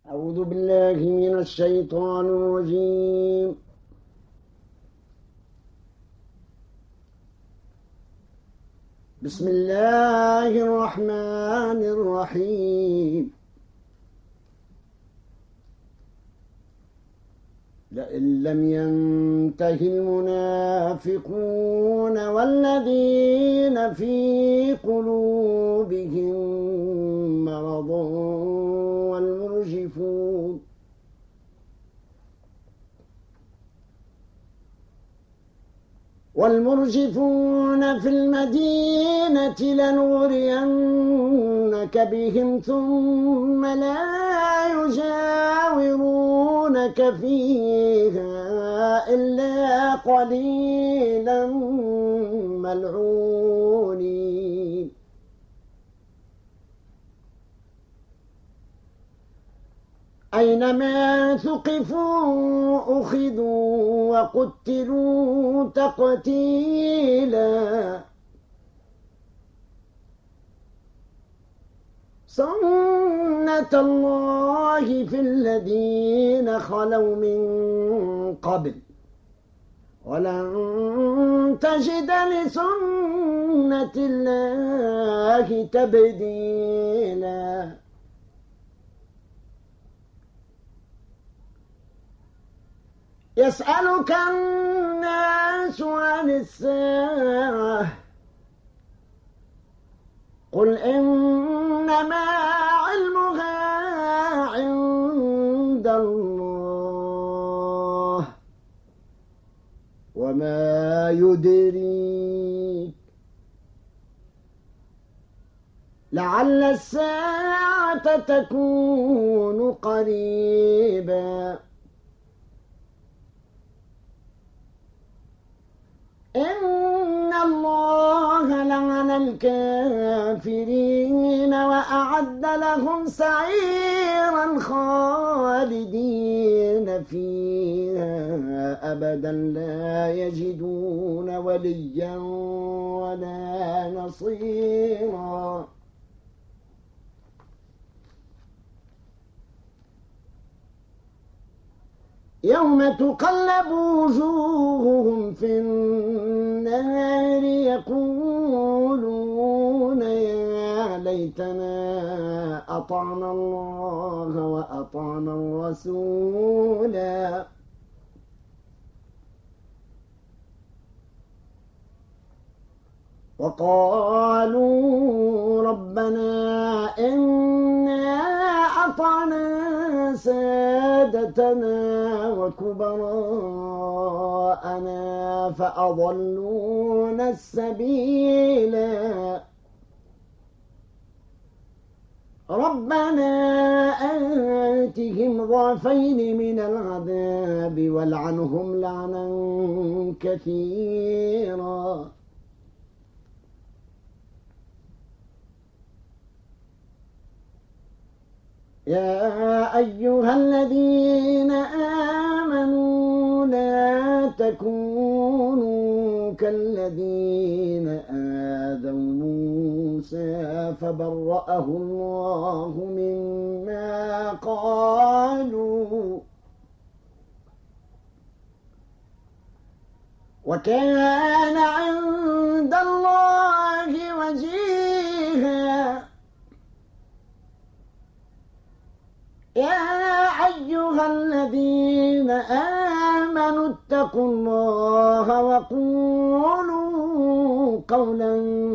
أعوذ بالله من الشيطان الرجيم. بسم الله الرحمن الرحيم. لئن لم ينته المنافقون والذين في قلوبهم مرض والمرجفون في المدينة لنغرينك بهم ثم لا يجاورونك فيها إلا قليلا ملعونين. أينما ثقفوا أخذوا وقتلوا تقتيلا. سنة الله في الذين خلوا من قبل ولن تجد لسنة الله تبديلا. يسألك الناس عن الساعة قل إنما علمها عند الله وما يدريك لعل الساعة تكون قريبا. إن الله لعن الكافرين وأعد لهم سعيرا خالدين فيها أبدا لا يجدون وليا ولا نصيرا. يوم تقلب وجوههم في النار يقولون يا ليتنا أطعنا الله وأطعنا الرسولا. وقالوا ربنا إنا أطعنا سادتنا وكبراءنا فأضلونا السبيلا. ربنا آتهم ضعفين من العذاب والعنهم لعنا كثيرا. يا أيها الذين آمنوا لا تكونوا كالذين آذوا موسى فبرأه الله مما قالوا وكان عند الله وجيها. يا أيها الذين آمنوا اتقوا الله وقولوا قولا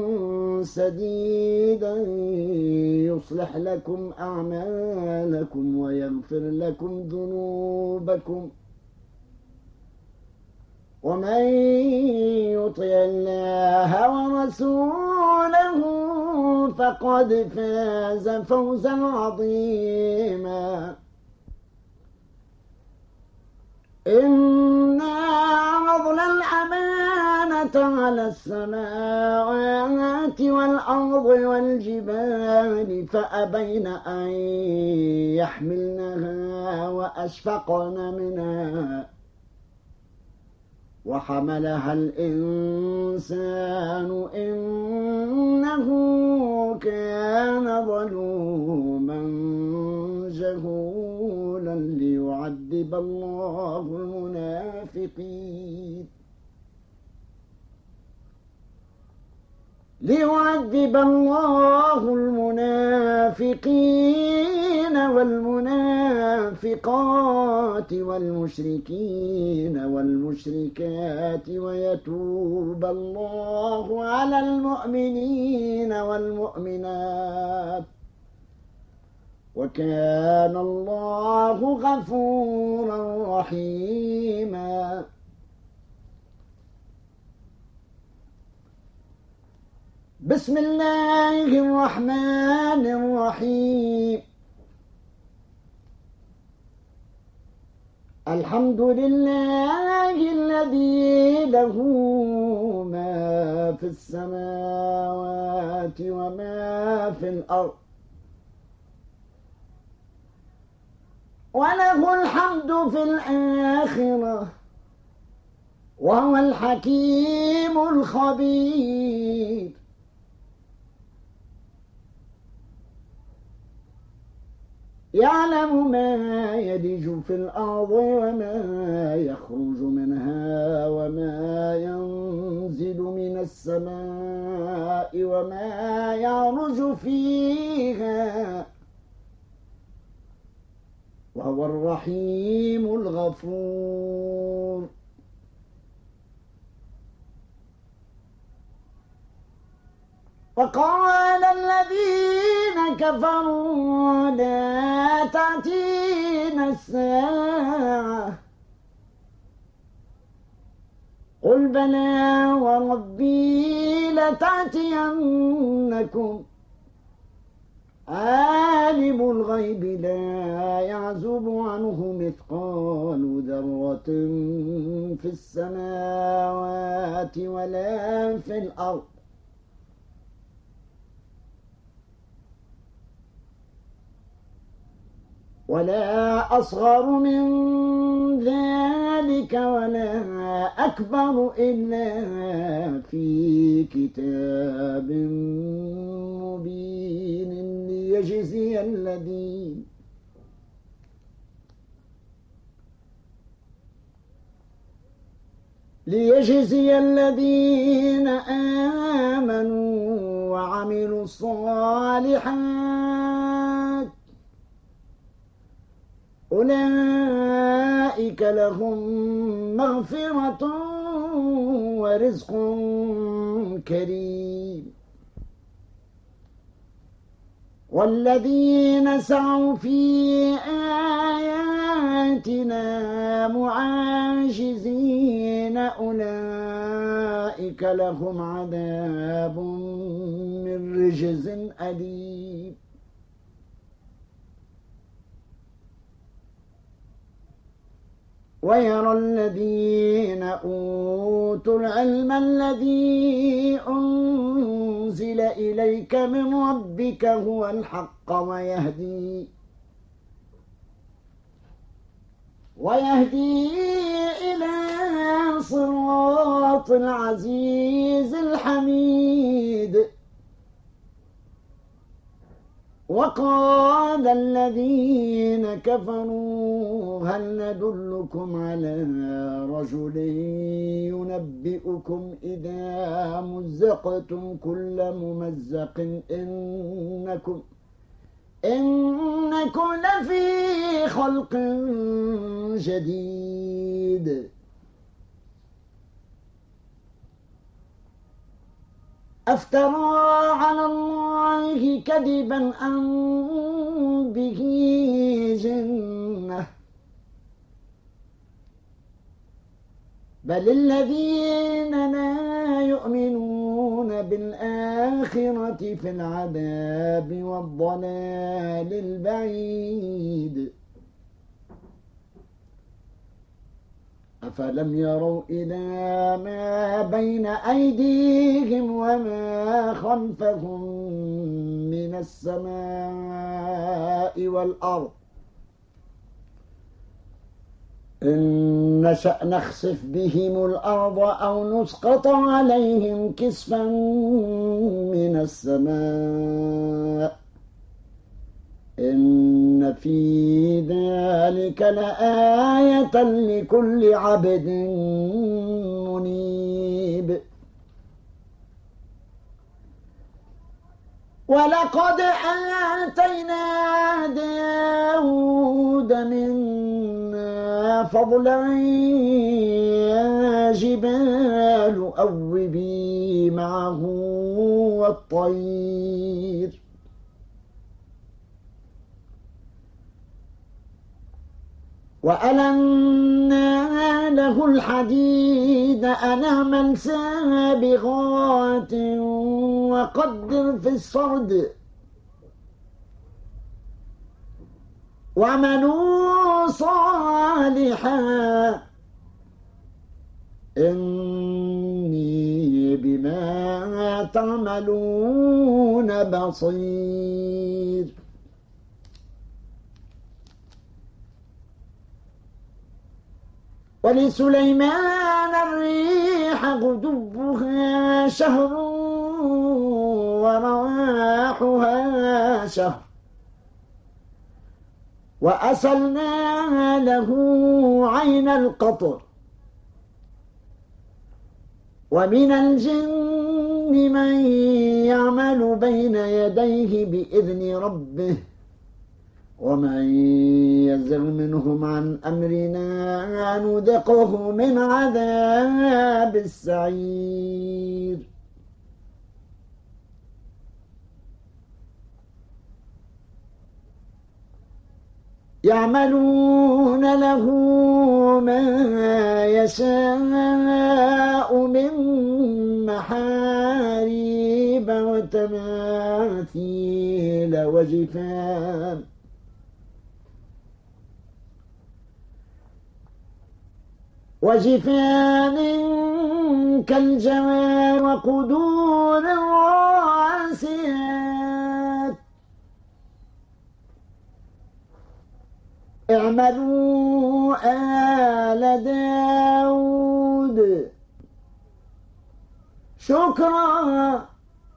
سديدا يصلح لكم أعمالكم ويغفر لكم ذنوبكم ومن يطع الله ورسوله فقد فاز فوزا عظيما. إنا عرضنا الأمانة على السماوات والأرض والجبال فأبين أن يحملنها وأشفقن منها وحملها الإنسان إنه كان ظلوما جهولا. ليعذب الله المنافقين والمنافقات والمشركين والمشركات ويتوب الله على المؤمنين والمؤمنات وكان الله غفورا رحيما. بسم الله الرحمن الرحيم. الحمد لله الذي له ما في السماوات وما في الأرض وله الحمد في الآخرة وهو الحكيم الخبير. يعلم ما يلج في الأرض وما يخرج منها وما ينزل من السماء وما يعرج فيها وهو الرحيم الغفور. وقال الذين كفروا لا تأتينا الساعة قل بلى وربي لتأتينكم عالم الغيب لا يعزب عنه مثقال ذرة في السماوات ولا في الأرض ولا أصغر من ذلك ولا أكبر إلا في كتاب مبين ليجزي الذين آمنوا وعملوا الصالحات أولئك لهم مغفرة ورزق كريم. والذين سعوا في آياتنا معاجزين أولئك لهم عذاب من رجز أليم. ويرى الذين أوتوا العلم الذي أنزل إليك من ربك هو الحق ويهدي إلى صراط العزيز الحميد. وقال الذين كفروا هل ندلكم على رجل ينبئكم إذا مزقتم كل ممزق إنكم لفي خلق جديد. أفترى على الله كذبا أم به جنة بل الذين لا يؤمنون بالآخرة في العذاب والضلال البعيد. أفلم يروا إلى ما بين أيديهم وما خلفهم من السماء والأرض إن نشأ نخسف بهم الأرض أو نسقط عليهم كسفا من السماء إن في ذلك لآية لكل عبد منيب. ولقد آتينا داود منا فضلا يا جبال أوبي معه والطير وألنا له الحديد أن اعمل سابغات وقدر في الصرد واعملوا صالحا إني بما تعملون بصير. ولسليمان الريح غدوها شهر ورواحها شهر وأسلنا له عين القطر ومن الجن من يعمل بين يديه بإذن ربه ومن يزغ منهم عن أمرنا نذقه من عذاب السعير. يعملون له ما يشاء من محاريب وتماثيل وجفان كالجواب وقدور الراسيات. اعملوا آل داود شكرا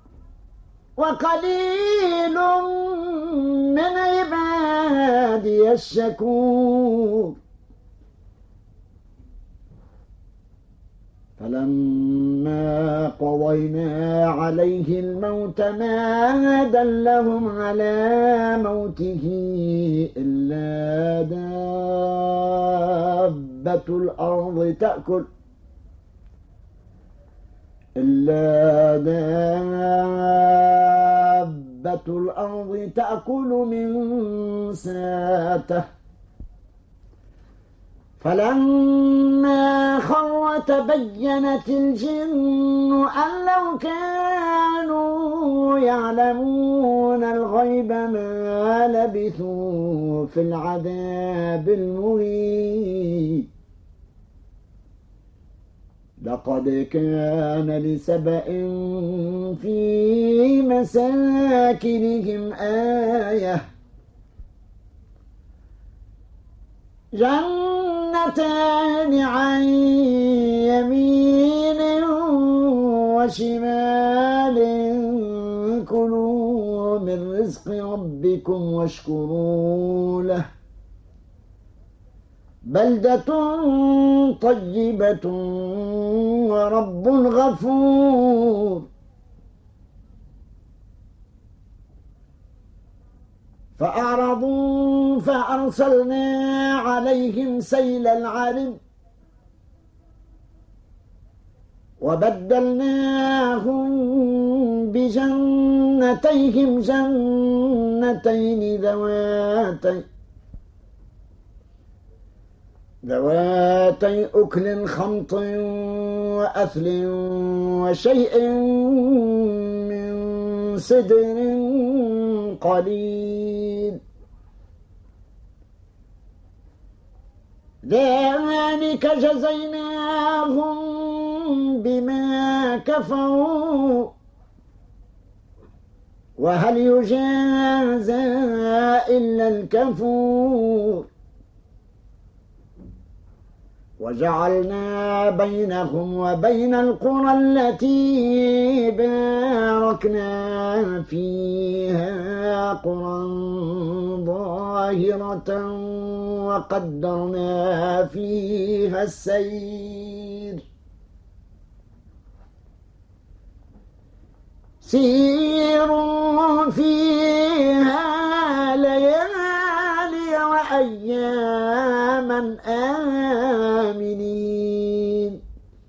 وقليل من عبادي الشكور. فلما قضينا عليه الموت ما دلهم على موته إلا دابة الأرض تأكل من ساته. فلما خر تبينت الجن أن لو كانوا يعلمون الغيب ما لبثوا في العذاب المهين. لقد كان لسبأ في مساكنهم آية جنتان عن يمين وشمال كلوا من رزق ربكم واشكروا له بلدة طيبة ورب غفور. فأعرضوا فأرسلنا عليهم سيل العرم وبدلناهم بجنتيهم جنتين ذواتي أكل خمط وأثل وشيء من سدر قليل. ذلك جزيناهم بما كفروا وهل يجازى إلا الكفور. وجعلنا بينهم وبين القرى التي باركنا فيها قرى ظاهرة وقدرنا فيها السير سيروا فيها ليالي وأياما آمنين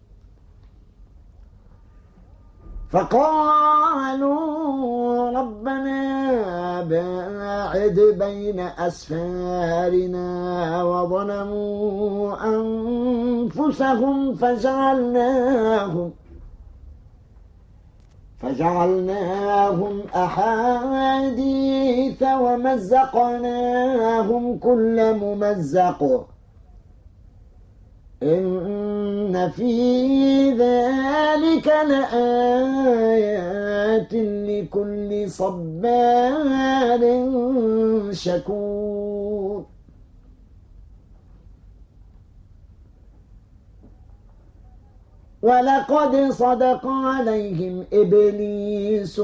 فقالوا ربنا باعد بين أسفارنا وظلموا أنفسهم فجعلناهم أحاديث ومزقناهم كل ممزق إن في ذلك لآيات لكل صبار شكور ولقد صدق عليهم إبليس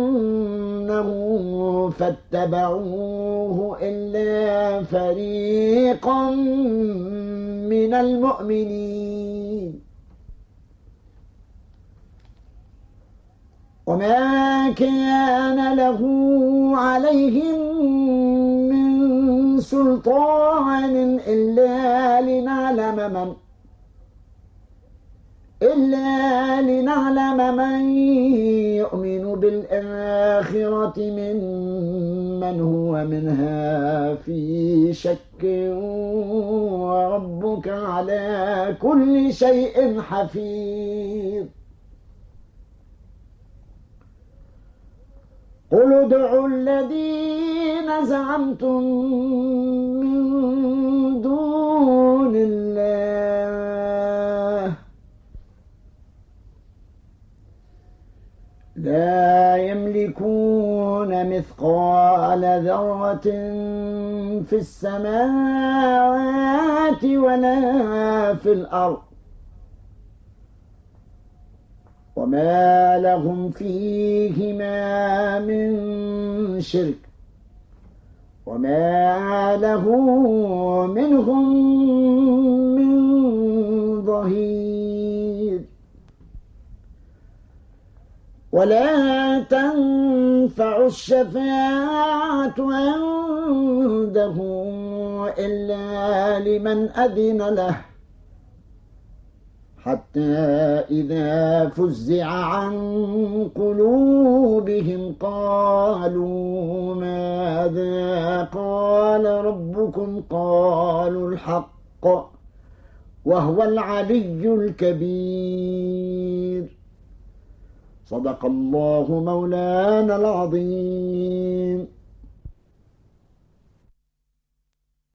ظنه فاتبعوه إلا فريقا من المؤمنين وما كان له عليهم من سلطان إلا لنعلم من يؤمن بالآخرة ممن هو منها في شك وربك على كل شيء حفيظ قل ادعوا الذين زعمتم من دون الله لا يملكون مثقال ذرة في السماوات ولا في الأرض وما لهم فيهما من شرك وما له منهم من ظهير ولا تنفع الشفاعة عنده إلا لمن أذن له حتى إذا فزع عن قلوبهم قالوا ماذا قال ربكم قالوا الحق وهو العلي الكبير صدق الله مولانا العظيم